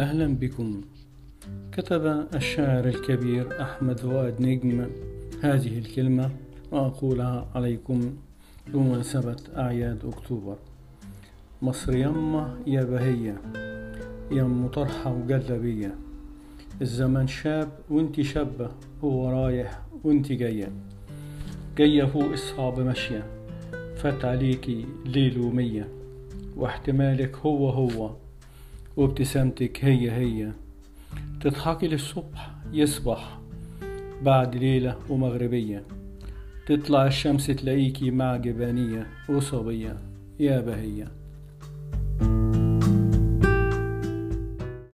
أهلا بكم. كتب الشاعر الكبير أحمد فؤاد نجم هذه الكلمة وأقولها عليكم بمناسبة أعياد أكتوبر. مصر يمه يا بهية، يم طرحة وجلبية، الزمن شاب وانتي شابة، هو رايح وانتي جاية فوق الصعب ماشية، فات عليكي ليل ومية، واحتمالك هو وابتسامتك هي، تضحكي للصبح يصبح بعد ليلة ومغربية، تطلع الشمس تلاقيكي مع جبانية وصبية يا بهية.